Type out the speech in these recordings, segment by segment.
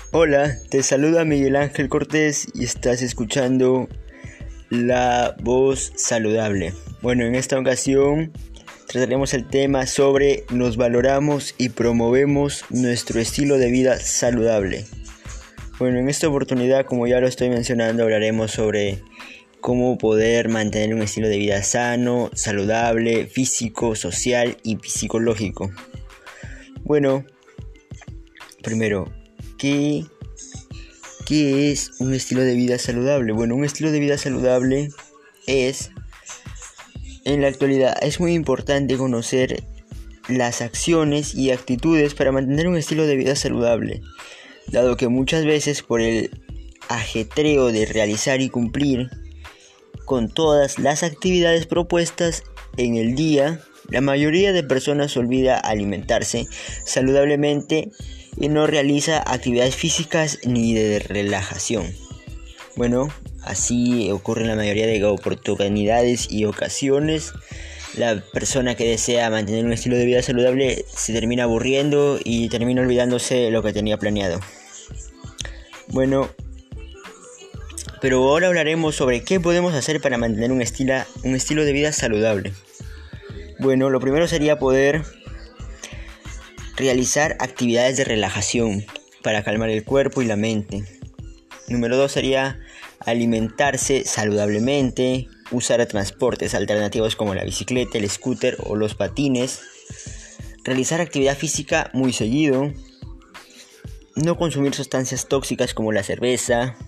Hola, te saluda Miguel Ángel Cortés y estás escuchando La Voz Saludable. Bueno, en esta ocasión trataremos el tema sobre nos valoramos y promovemos nuestro estilo de vida saludable. Bueno, en esta oportunidad, como ya lo estoy mencionando, hablaremos sobre cómo poder mantener un estilo de vida sano, saludable, físico, social y psicológico. Bueno, primero, ¿Qué es un estilo de vida saludable? Bueno, un estilo de vida saludable en la actualidad es muy importante conocer las acciones y actitudes para mantener un estilo de vida saludable, dado que muchas veces por el ajetreo de realizar y cumplir con todas las actividades propuestas en el día, la mayoría de personas olvida alimentarse saludablemente y no realiza actividades físicas ni de relajación. Bueno, así ocurre en la mayoría de oportunidades y ocasiones. La persona que desea mantener un estilo de vida saludable se termina aburriendo y termina olvidándose lo que tenía planeado. Bueno, pero ahora hablaremos sobre qué podemos hacer para mantener un estilo de vida saludable. Bueno, lo primero sería poder realizar actividades de relajación para calmar el cuerpo y la mente. Número 2 sería alimentarse saludablemente, usar transportes alternativos como la bicicleta, el scooter o los patines, realizar actividad física muy seguido, no consumir sustancias tóxicas como la cerveza.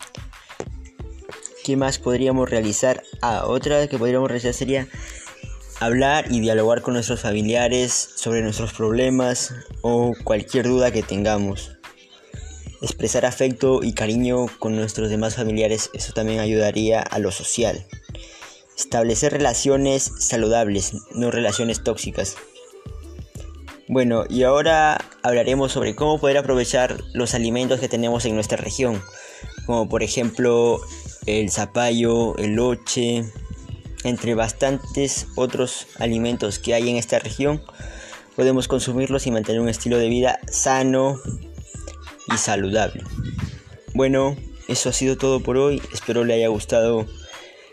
¿Qué más podríamos realizar? Otra que podríamos realizar sería hablar y dialogar con nuestros familiares sobre nuestros problemas o cualquier duda que tengamos. Expresar afecto y cariño con nuestros demás familiares, eso también ayudaría a lo social. Establecer relaciones saludables, no relaciones tóxicas. Bueno, y ahora hablaremos sobre cómo poder aprovechar los alimentos que tenemos en nuestra región, como por ejemplo el zapallo, el loche, entre bastantes otros alimentos que hay en esta región. Podemos consumirlos y mantener un estilo de vida sano y saludable. Bueno, eso ha sido todo por hoy. Espero les haya gustado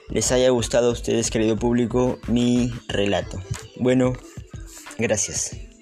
a ustedes, querido público, mi relato. Bueno, gracias.